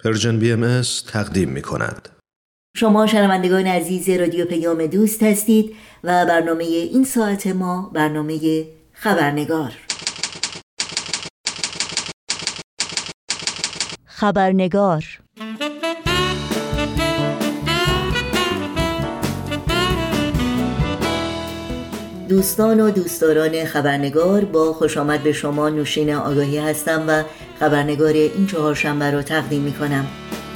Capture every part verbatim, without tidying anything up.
پرژن بی ام اس تقدیم می کند. شما شنوندگان عزیز رادیو پیام دوست هستید و برنامه این ساعت ما برنامه خبرنگار. خبرنگار دوستان و دوستداران خبرنگار، با خوش آمد به شما نوشین آگاهی هستم و خبرنگار این چهارشنبه رو تقدیم می کنم.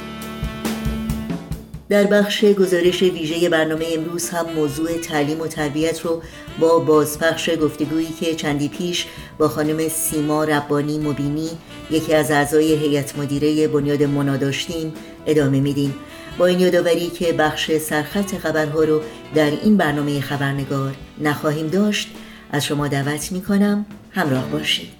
در بخش گزارش ویژه برنامه امروز هم موضوع تعلیم و تربیت رو با بازپخش گفتگویی که چندی پیش با خانم سیما ربانی مبینی، یکی از اعضای هیئت مدیره بنیاد منا داشتیم ادامه میدیم. با این یادآوری که بخش سرخط خبرها رو در این برنامه خبرنگار نخواهیم داشت، از شما دعوت میکنم همراه باشید.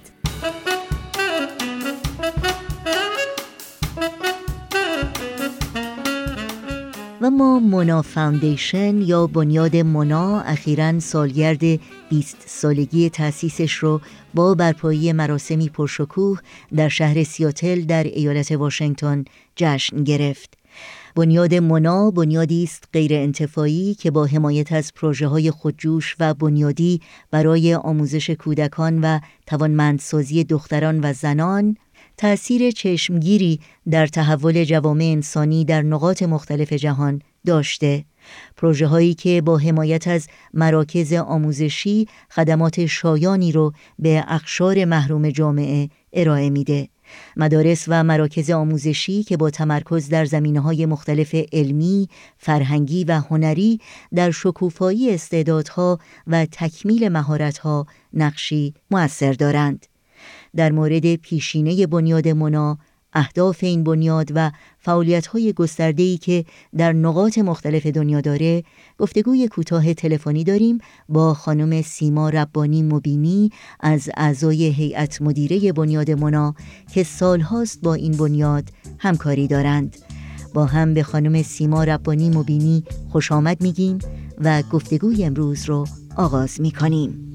و ما منا فاوندیشن یا بنیاد منا اخیراً سالگرد بیست سالگی تأسیسش رو با برپایی مراسمی پرشکوه در شهر سیاتل در ایالت واشنگتن جشن گرفت. بنیاد منا بنیادی است غیر انتفاعی که با حمایت از پروژه‌های خودجوش و بنیادی برای آموزش کودکان و توانمندسازی دختران و زنان تأثیر چشمگیری در تحول جوامع انسانی در نقاط مختلف جهان داشته. پروژه هایی که با حمایت از مراکز آموزشی خدمات شایانی رو به اقشار محروم جامعه ارائه میده. مدارس و مراکز آموزشی که با تمرکز در زمینه‌های مختلف علمی، فرهنگی و هنری در شکوفایی استعدادها و تکمیل مهارت‌ها نقشی مؤثر دارند. در مورد پیشینه بنیاد منا، اهداف این بنیاد و فعالیت‌های گسترده‌ای که در نقاط مختلف دنیا داره، گفتگوی کوتاه تلفنی داریم با خانم سیما ربانی مبینی از اعضای هیئت مدیره بنیاد منا که سالهاست با این بنیاد همکاری دارند. با هم به خانم سیما ربانی مبینی خوش آمد میگیم و گفتگوی امروز رو آغاز می‌کنیم.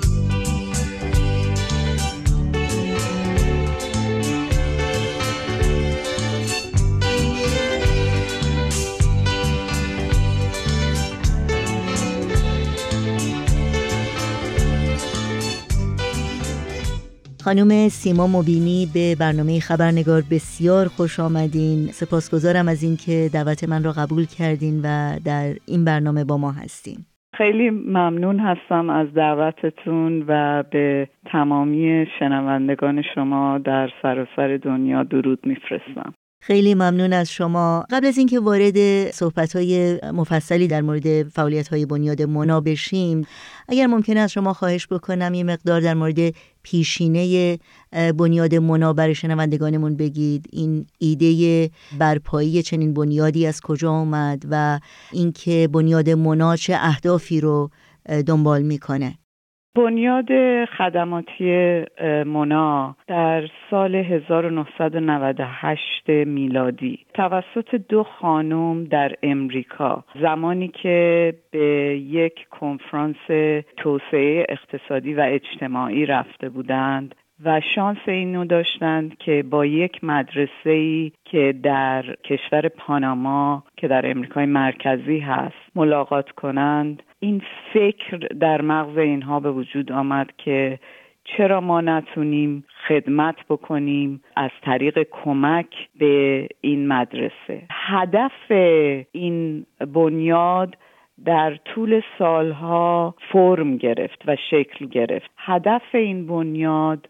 خانم سیما مبینی، به برنامه خبرنگار بسیار خوش آمدین. سپاسگزارم از اینکه دعوت من را قبول کردین و در این برنامه با ما هستین. خیلی ممنون هستم از دعوتتون و به تمامی شنوندگان شما در سراسر دنیا درود میفرستم. خیلی ممنون از شما. قبل از اینکه وارد صحبت‌های مفصلی در مورد فعالیت‌های بنیاد منا بشیم، اگر ممکنه از شما خواهش بکنم یه مقدار در مورد پیشینه بنیاد منا برای شنوندگانمون بگید. این ایده برپایی چنین بنیادی از کجا آمد و اینکه بنیاد منا چه اهدافی رو دنبال میکنه؟ بنیاد خدماتی منا در سال هزار و نهصد و نود و هشت میلادی توسط دو خانم در امریکا، زمانی که به یک کنفرانس توسعه اقتصادی و اجتماعی رفته بودند و شانس اینو داشتند که با یک مدرسه‌ای که در کشور پاناما که در امریکای مرکزی هست ملاقات کنند، این فکر در مغز اینها به وجود آمد که چرا ما نتونیم خدمت بکنیم از طریق کمک به این مدرسه. هدف این بنیاد در طول سالها فرم گرفت و شکل گرفت. هدف این بنیاد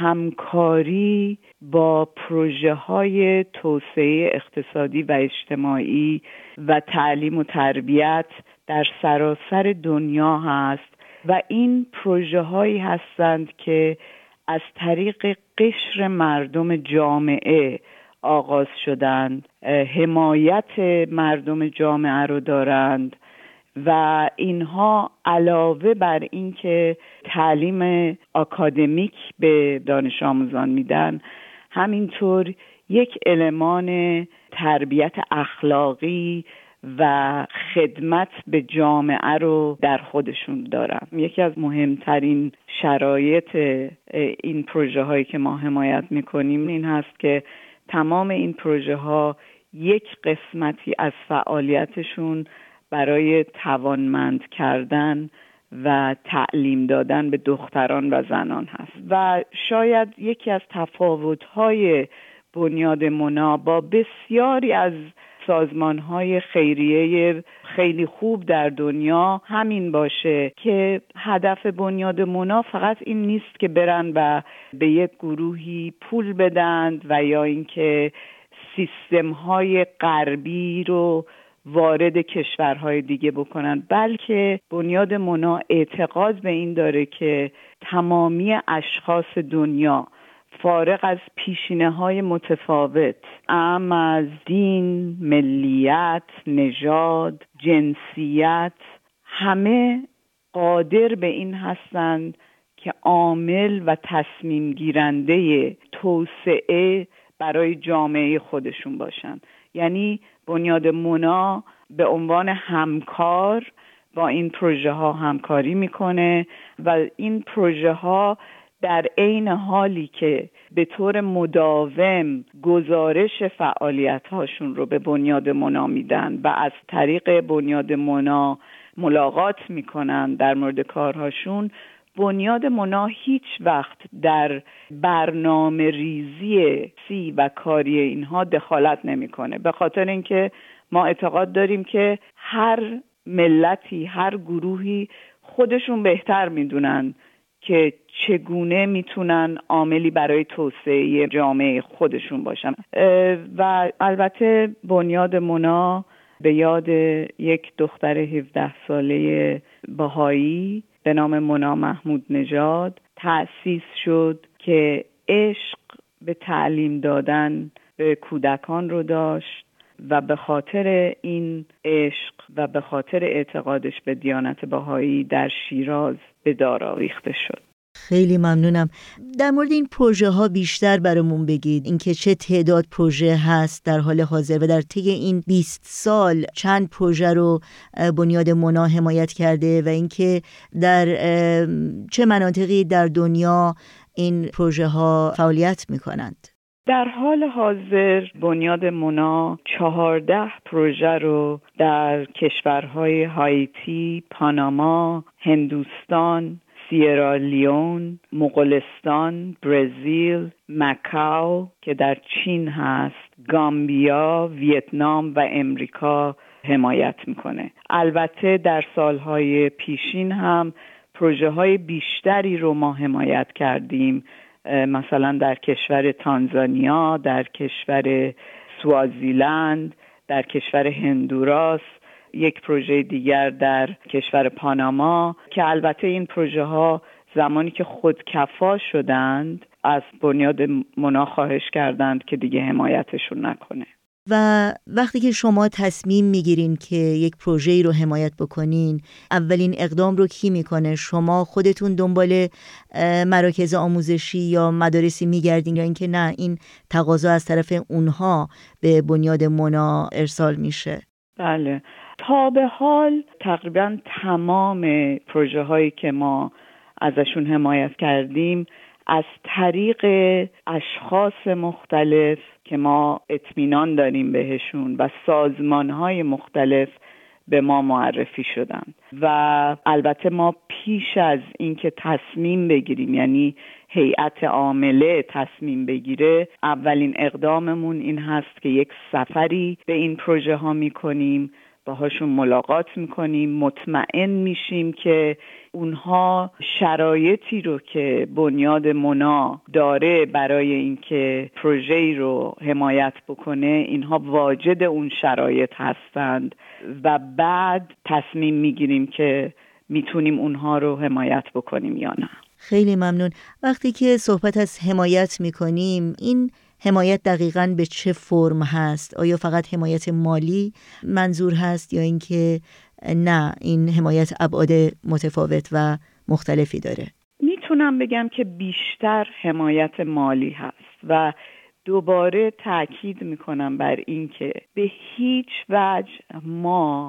همکاری با پروژه های توسعه اقتصادی و اجتماعی و تعلیم و تربیت در سراسر دنیا هست و این پروژه هایی هستند که از طریق قشر مردم جامعه آغاز شدند، حمایت مردم جامعه رو دارند و اینها علاوه بر این که تعلیم آکادمیک به دانش آموزان میدن، همینطور یک المان تربیت اخلاقی و خدمت به جامعه رو در خودشون دارن. یکی از مهمترین شرایط این پروژه هایی که ما حمایت میکنیم این هست که تمام این پروژه ها یک قسمتی از فعالیتشون برای توانمند کردن و تعلیم دادن به دختران و زنان هست و شاید یکی از تفاوت‌های بنیاد مونا با بسیاری از سازمان‌های خیریه خیلی خوب در دنیا همین باشه که هدف بنیاد مونا فقط این نیست که برن و به یک گروهی پول بدند و یا اینکه سیستم‌های غربی رو وارد کشورهای دیگه بکنن، بلکه بنیاد مونا اعتقاد به این داره که تمامی اشخاص دنیا فارغ از پیشینه‌های متفاوت، اعم از دین، ملیت، نژاد، جنسیت، همه قادر به این هستند که عامل و تصمیم گیرنده توسعه برای جامعه خودشون باشن. یعنی بنیاد مونا به عنوان همکار با این پروژه ها همکاری میکنه و این پروژه ها در عین حالی که به طور مداوم گزارش فعالیت هاشون رو به بنیاد مونا میدن و از طریق بنیاد مونا ملاقات میکنن در مورد کارهاشون، بنیاد مونا هیچ وقت در برنامه ریزی سی و کاری اینها دخالت نمیکنه، به خاطر اینکه ما اعتقاد داریم که هر ملتی، هر گروهی خودشون بهتر میدونن که چگونه میتونن عاملی برای توسعه جامعه خودشون باشن. و البته بنیاد مونا به یاد یک دختر هفده ساله بهایی به نام مونا محمود نژاد تأسیس شد که عشق به تعلیم دادن به کودکان رو داشت و به خاطر این عشق و به خاطر اعتقادش به دیانت بهایی در شیراز به دار آویخته شد. خیلی ممنونم. در مورد این پروژه ها بیشتر برامون بگید، اینکه چه تعداد پروژه هست در حال حاضر و در طی این بیست سال چند پروژه رو بنیاد مونا حمایت کرده و اینکه در چه مناطقی در دنیا این پروژه ها فعالیت میکنند. در حال حاضر بنیاد مونا چهارده پروژه رو در کشورهای هایتی، پاناما، هندوستان، سیرالیون، مغولستان، برزیل، مکاو که در چین هست، گامبیا، ویتنام و امریکا حمایت میکنه. البته در سالهای پیشین هم پروژه های بیشتری رو ما حمایت کردیم، مثلا در کشور تانزانیا، در کشور سوازیلند، در کشور هندوراس، یک پروژه دیگر در کشور پاناما که البته این پروژه ها زمانی که خودکفا شدند از بنیاد مونا خواهش کردند که دیگه حمایتشون نکنه. و وقتی که شما تصمیم میگیرین که یک پروژه‌ای رو حمایت بکنین، اولین اقدام رو کی میکنه؟ شما خودتون دنبال مراکز آموزشی یا مدارسی میگردین یا اینکه نه این تقاضا از طرف اونها به بنیاد مونا ارسال میشه؟ بله، تا به حال تقریبا تمام پروژه هایی که ما ازشون حمایت کردیم از طریق اشخاص مختلف که ما اطمینان داریم بهشون و سازمان‌های مختلف به ما معرفی شدن و البته ما پیش از اینکه تصمیم بگیریم، یعنی هیئت عامله تصمیم بگیره، اولین اقداممون این هست که یک سفری به این پروژه ها میکنیم، باهاشون ملاقات میکنیم، مطمئن میشیم که اونها شرایطی رو که بنیاد مونا داره برای اینکه پروژه‌ای رو حمایت بکنه اینها واجد اون شرایط هستند و بعد تصمیم میگیریم که میتونیم اونها رو حمایت بکنیم یا نه. خیلی ممنون. وقتی که صحبت از حمایت میکنیم، این حمایت دقیقاً به چه فرم هست؟ آیا فقط حمایت مالی منظور هست یا اینکه نه این حمایت ابعاد متفاوت و مختلفی داره؟ میتونم بگم که بیشتر حمایت مالی هست و دوباره تاکید میکنم بر این که به هیچ وجه ما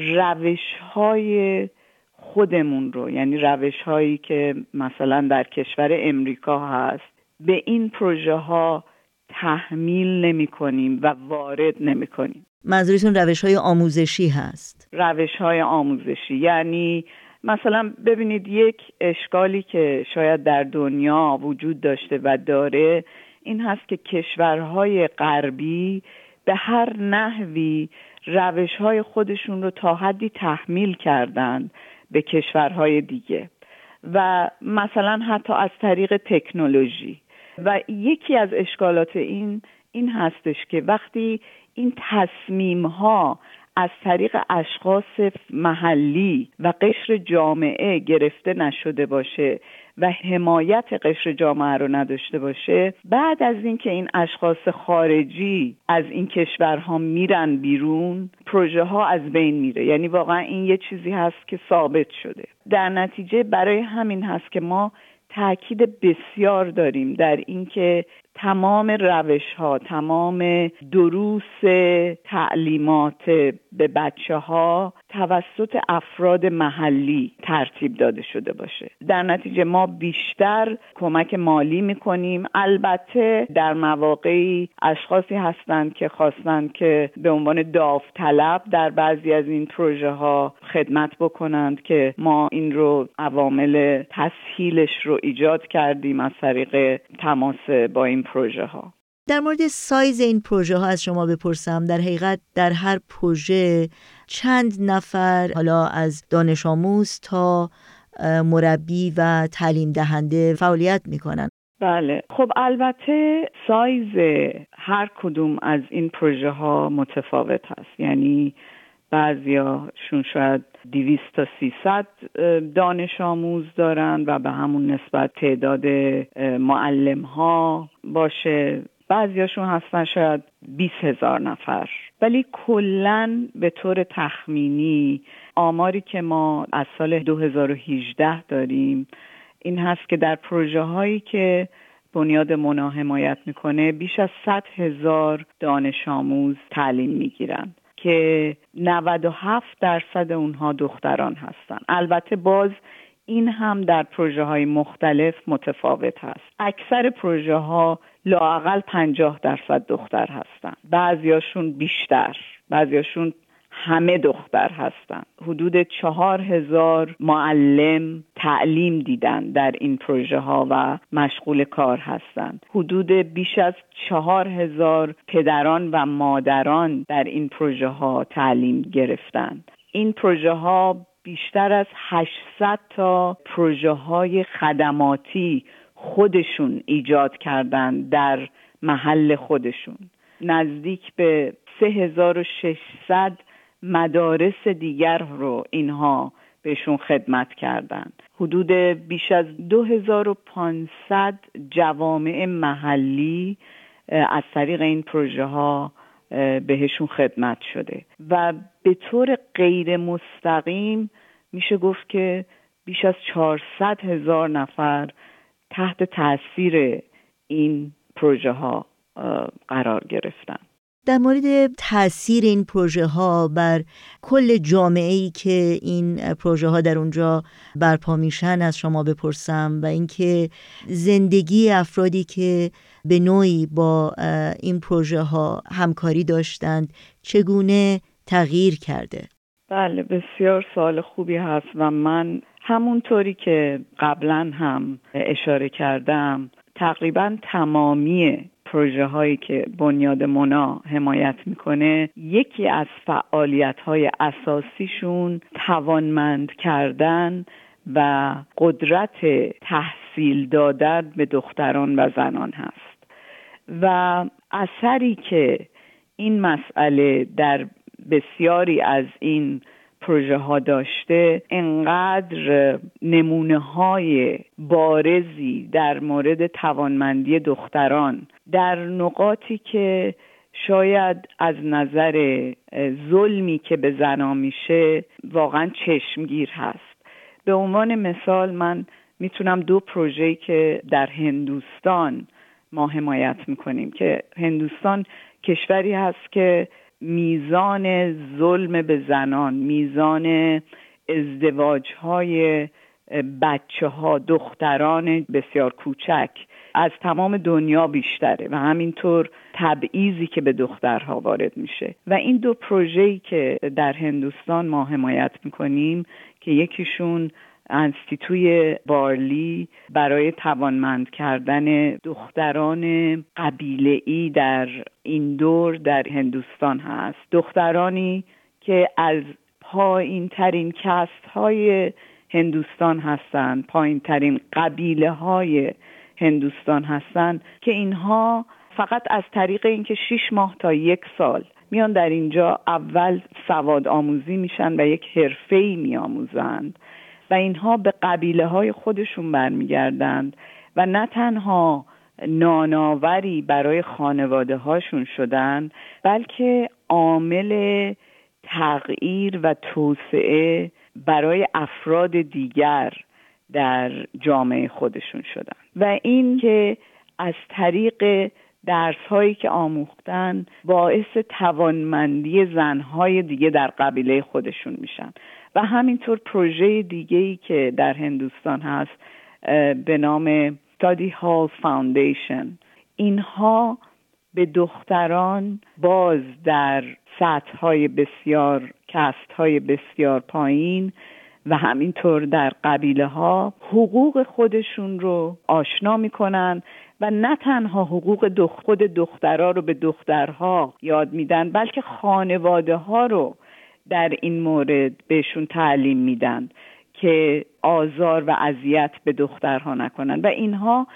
روش‌های خودمون رو، یعنی روش‌هایی که مثلا در کشور امریکا هست، به این پروژه ها تحمیل نمی کنیم و وارد نمی کنیم. منظورتون روش‌های آموزشی هست؟ روش‌های آموزشی، یعنی مثلا ببینید یک اشکالی که شاید در دنیا وجود داشته و داره این هست که کشورهای غربی به هر نحوی روش‌های خودشون رو تا حدی تحمیل کردن به کشورهای دیگه و مثلا حتی از طریق تکنولوژی. و یکی از اشکالات این این هستش که وقتی این تصمیم‌ها از طریق اشخاص محلی و قشر جامعه گرفته نشده باشه و حمایت قشر جامعه رو نداشته باشه، بعد از اینکه این اشخاص خارجی از این کشورها میرن بیرون، پروژه ها از بین میره. یعنی واقعا این یه چیزی هست که ثابت شده. در نتیجه برای همین هست که ما تأکید بسیار داریم در اینکه تمام روش‌ها، تمام دروس تعلیمات به بچه‌ها توسط افراد محلی ترتیب داده شده باشه. در نتیجه ما بیشتر کمک مالی می‌کنیم. البته در مواقعی اشخاصی هستند که خواستند که به عنوان داوطلب در بعضی از این پروژه‌ها خدمت بکنند که ما این رو عوامل تسهیلش رو ایجاد کردیم از طریق تماس با این پروژه ها. در مورد سایز این پروژه ها از شما بپرسم، در حقیقت در هر پروژه چند نفر، حالا از دانش آموز تا مربی و تعلیم دهنده فعالیت میکنن؟ بله، خب البته سایز هر کدوم از این پروژه ها متفاوت هست. یعنی بعضیاشون شاید دویست تا سیصد دانش آموز دارن و به همون نسبت تعداد معلم ها باشه. بعضیاشون هستن شاید بیست هزار نفر. ولی کلن به طور تخمینی آماری که ما از سال دو هزار و هجده داریم این هست که در پروژه هایی که بنیاد مونا حمایت میکنه بیش از صد هزار دانش آموز تعلیم میگیرن که نود و هفت درصد اونها دختران هستن. البته باز این هم در پروژه های مختلف متفاوت هست. اکثر پروژه ها لااقل پنجاه درصد دختر هستن، بعضیاشون بیشتر، بعضیاشون همه دختر هستن. حدود چهار هزار معلم تعلیم دیدن در این پروژه ها و مشغول کار هستند. حدود بیش از چهار هزار پدران و مادران در این پروژه ها تعلیم گرفتن. این پروژه ها بیشتر از هشتصد تا پروژه های خدماتی خودشون ایجاد کردن در محل خودشون. نزدیک به سه هزار و ششصد مدارس دیگر رو اینها بهشون خدمت کردن. حدود بیش از دو هزار و پانصد جوامع محلی از طریق این پروژه ها بهشون خدمت شده و به طور غیر مستقیم میشه گفت که بیش از چهارصد هزار نفر تحت تاثیر این پروژه ها قرار گرفتن. در مورد تأثیر این پروژه ها بر کل جامعه‌ای که این پروژه ها در اونجا برپا میشن از شما بپرسم و اینکه زندگی افرادی که به نوعی با این پروژه ها همکاری داشتند چگونه تغییر کرده؟ بله، بسیار سوال خوبی هست و من همونطوری که قبلا هم اشاره کردم تقریبا تمامی پروژه هایی که بنیاد مونا حمایت میکنه یکی از فعالیت های اساسیشون توانمند کردن و قدرت تحصیل دادن به دختران و زنان هست و اثری که این مسئله در بسیاری از این پروژه ها داشته انقدر نمونه های بارزی در مورد توانمندی دختران در نقاطی که شاید از نظر ظلمی که به زنان میشه واقعا چشمگیر هست. به عنوان مثال من میتونم دو پروژه‌ای که در هندوستان ما حمایت میکنیم که هندوستان کشوری هست که میزان ظلم به زنان، میزان ازدواج‌های بچه‌ها، دختران بسیار کوچک از تمام دنیا بیشتره و همینطور تبعیضی که به دخترها وارد میشه. و این دو پروژه‌ای که در هندوستان ما حمایت میکنیم که یکیشون انستیتوی بارلی برای توانمند کردن دختران قبیله‌ای در ایندور در هندوستان هست، دخترانی که از پایین ترین کست های هندوستان هستند، پایین ترین قبیله های هندوستان هستند که اینها فقط از طریق اینکه شش ماه تا یک سال میان در اینجا اول سواد آموزی میشن و یک حرفه‌ای میآموزند و اینها به قبیله های خودشون برمیگردند و نه تنها نانآوری برای خانواده هاشون شدن، بلکه عامل تغییر و توسعه برای افراد دیگر در جامعه خودشون شدن. و این که از طریق درس هایی که آموختن باعث توانمندی زنهای دیگه در قبیله خودشون میشن. و همینطور پروژه دیگه‌ای که در هندوستان هست به نام Study Hall Foundation، اینها به دختران باز در سطح‌های بسیار کست‌های بسیار پایین و همینطور در قبیله ها حقوق خودشون رو آشنا میکنن و نه تنها حقوق دخ... خود دخترها رو به دخترها یاد میدن، بلکه خانواده ها رو در این مورد بهشون تعلیم میدن که آزار و اذیت به دخترها نکنن و اینها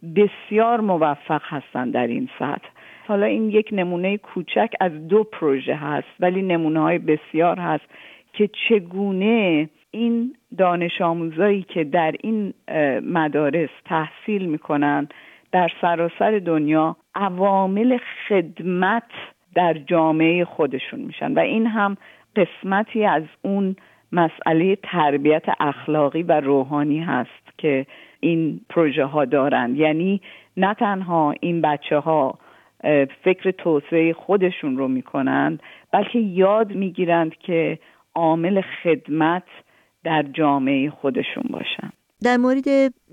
بسیار موفق هستن در این سطح. حالا این یک نمونه کوچک از دو پروژه هست، ولی نمونه‌های بسیار هست که چگونه این دانش آموزایی که در این مدارس تحصیل میکنن در سراسر دنیا عوامل خدمت در جامعه خودشون میشن و این هم قسمتی از اون مسئله تربیت اخلاقی و روحانی هست که این پروژه ها دارند. یعنی نه تنها این بچه ها فکر توسعه خودشون رو میکنند، بلکه یاد میگیرند که عامل خدمت در جامعه خودشون باشن. در مورد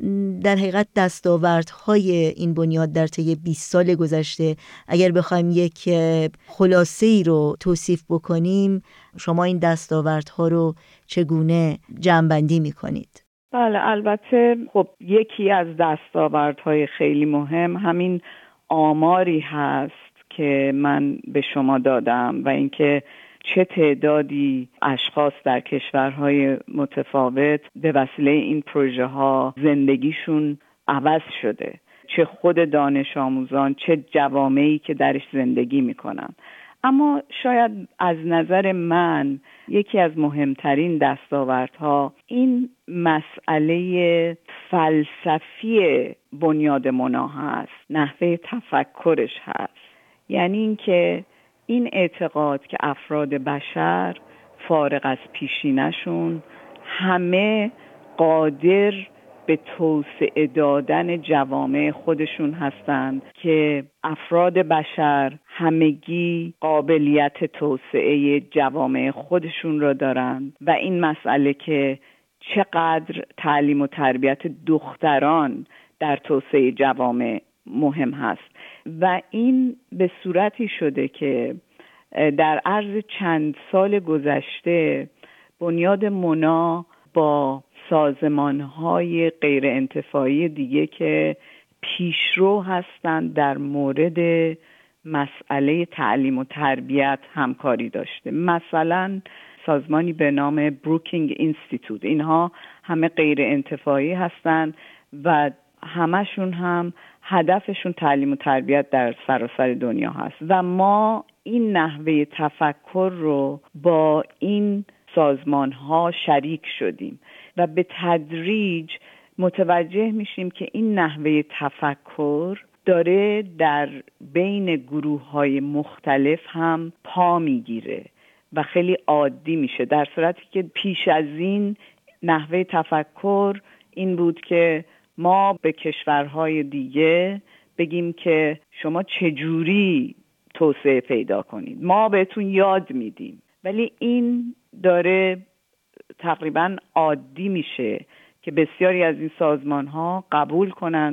در حقیقت دستاوردهای این بنیاد در طی بیست سال گذشته اگر بخوایم یک خلاصه ای رو توصیف بکنیم، شما این دستاوردها رو چگونه جمع‌بندی میکنید؟ بله، البته خب یکی از دستاوردهای خیلی مهم همین آماری هست که من به شما دادم و اینکه چه تعدادی اشخاص در کشورهای متفاوت به وسیله این پروژه ها زندگیشون عوض شده، چه خود دانش آموزان چه جوامعی که درش زندگی میکنن. اما شاید از نظر من یکی از مهمترین دستاوردها این مسئله فلسفی بنیاد منا هست، نحوه تفکرش هست. یعنی اینکه این اعتقاد که افراد بشر فارغ از پیشینشون همه قادر به توسعه دادن جوامع خودشون هستند، که افراد بشر همگی قابلیت توسعه جوامع خودشون را دارند و این مسئله که چقدر تعلیم و تربیت دختران در توسعه جوامع مهم هست و این به صورتی شده که در عرض چند سال گذشته بنیاد منا با سازمان‌های غیر انتفاعی دیگه که پیشرو هستند در مورد مسئله تعلیم و تربیت همکاری داشته. مثلا سازمانی به نام بروکینگ اینستیتوت، اینها همه غیر انتفاعی هستند و همشون هم هدفشون تعلیم و تربیت در سراسر دنیا هست و ما این نحوه تفکر رو با این سازمان ها شریک شدیم و به تدریج متوجه میشیم که این نحوه تفکر داره در بین گروه های مختلف هم پا میگیره و خیلی عادی میشه، در صورتی که پیش از این نحوه تفکر این بود که ما به کشورهای دیگه بگیم که شما چجوری توسعه پیدا کنید، ما بهتون یاد میدیم، ولی این داره تقریبا عادی میشه که بسیاری از این سازمان ها قبول کنند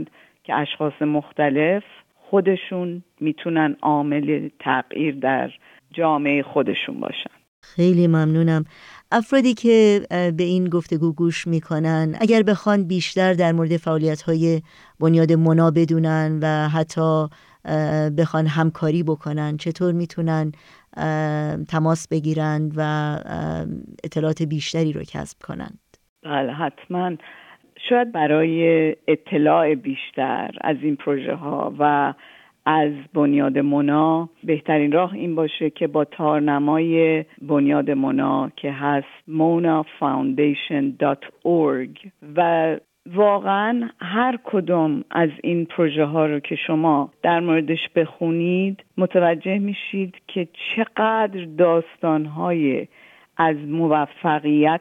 که اشخاص مختلف خودشون میتونن عامل تغییر در جامعه خودشون باشن. خیلی ممنونم. افرادی که به این گفتگو گوش میکنن اگر بخوان بیشتر در مورد فعالیت‌های بنیاد مونا بدونن و حتی بخوان همکاری بکنن، چطور میتونن تماس بگیرند و اطلاعات بیشتری رو کسب کنند؟ بله حتما. شاید برای اطلاع بیشتر از این پروژه ها و از بنیاد مونا بهترین راه این باشه که با تارنمای بنیاد مونا که هست mona foundation dot org و واقعا هر کدوم از این پروژه ها رو که شما در موردش بخونید متوجه میشید که چقدر داستان های از موفقیت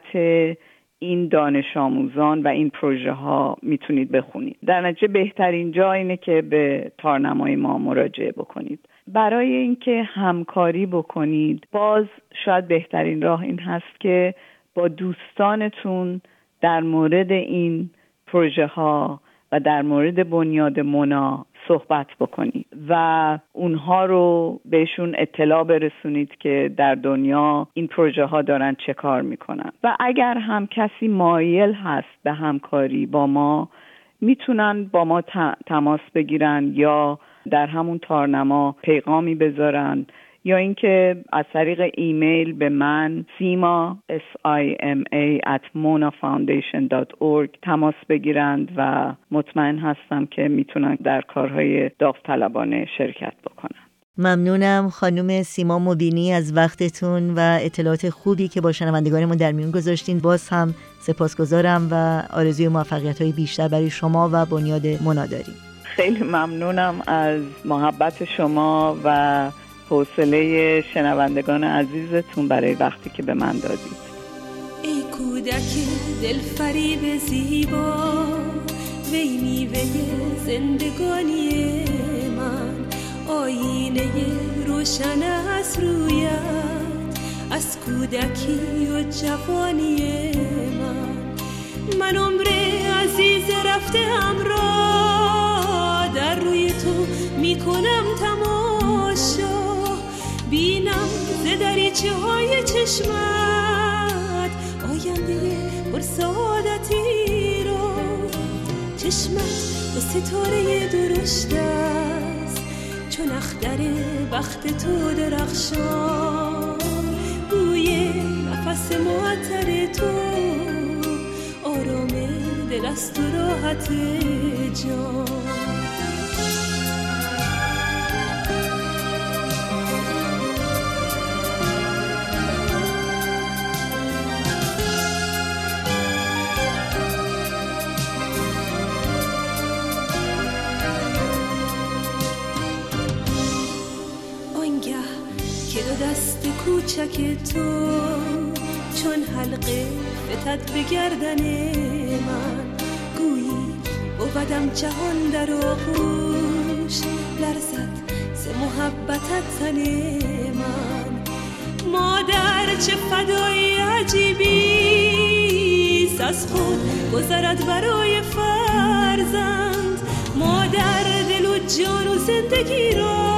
این دانش آموزان و این پروژه ها میتونید بخونید. در نتیجه بهترین جا اینه که به تارنمای ما مراجعه بکنید. برای اینکه همکاری بکنید باز شاید بهترین راه این هست که با دوستانتون در مورد این پروژه ها و در مورد بنیاد مونا صحبت بکنید و اونها رو بهشون اطلاع برسونید که در دنیا این پروژه ها دارن چه کار میکنن و اگر هم کسی مایل هست به همکاری با ما میتونن با ما تماس بگیرن یا در همون تارنما پیغامی بذارن یا اینکه از طریق ایمیل به من سیما اس آی ام ای ات mona foundation dot org تماس بگیرند و مطمئن هستم که میتونن در کارهای داوطلبانه شرکت بکنن. ممنونم خانم سیما مبینی از وقتتون و اطلاعات خوبی که با شنوندگانمون در میون گذاشتین. باز هم سپاسگزارم و آرزوی موفقیت‌های بیشتر برای شما و بنیاد مونا داریم. خیلی ممنونم از محبت شما و حوصله شنوندگان عزیزتون برای وقتی که به من دادید. ای کودک دلفریب زیبا وی میوه زندگانی من، آینه روشن از رویت از کودکی و جوانی من. من عمر عزیز رفته همراه در روی تو میکنم تماشا، بینم ز دریچه های چشمت آینده پر سعادتی رو. چشمت با ستاره درشت است چون اختر بخت تو درخشان، بوی نفس معطر تو آرام دل است و راحت جان. دست کوچک تو چون حلقه فتد به گردن من، گویی بودم جهان در آغوش لرزد ز محبتت تن من. مادر چه فدایی عجیبی از خود گذرد برای فرزند، مادر دل و جان و زندگی را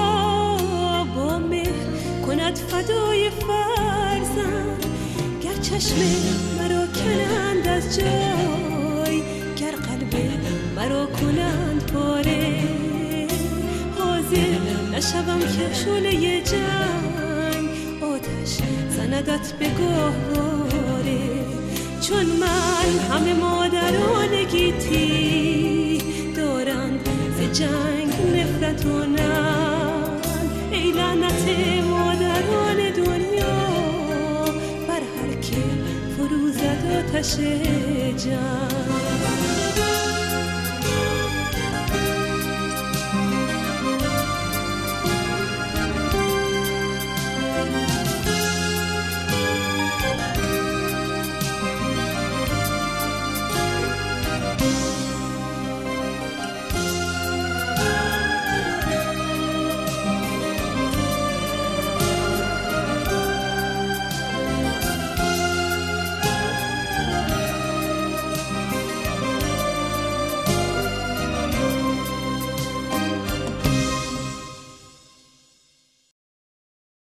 کند فدای فرزند. گر چشم مرا کنند از جای، گر قلب مرا کنند پاره، حاضر نشوم که شعله جنگ آتش زندت به گهواره. چون من همه مادران گیتی دارند ز جنگ نفرت و ننگ، ای لعنت مادران دنیا بر هر که فرو زد آتش جنگ.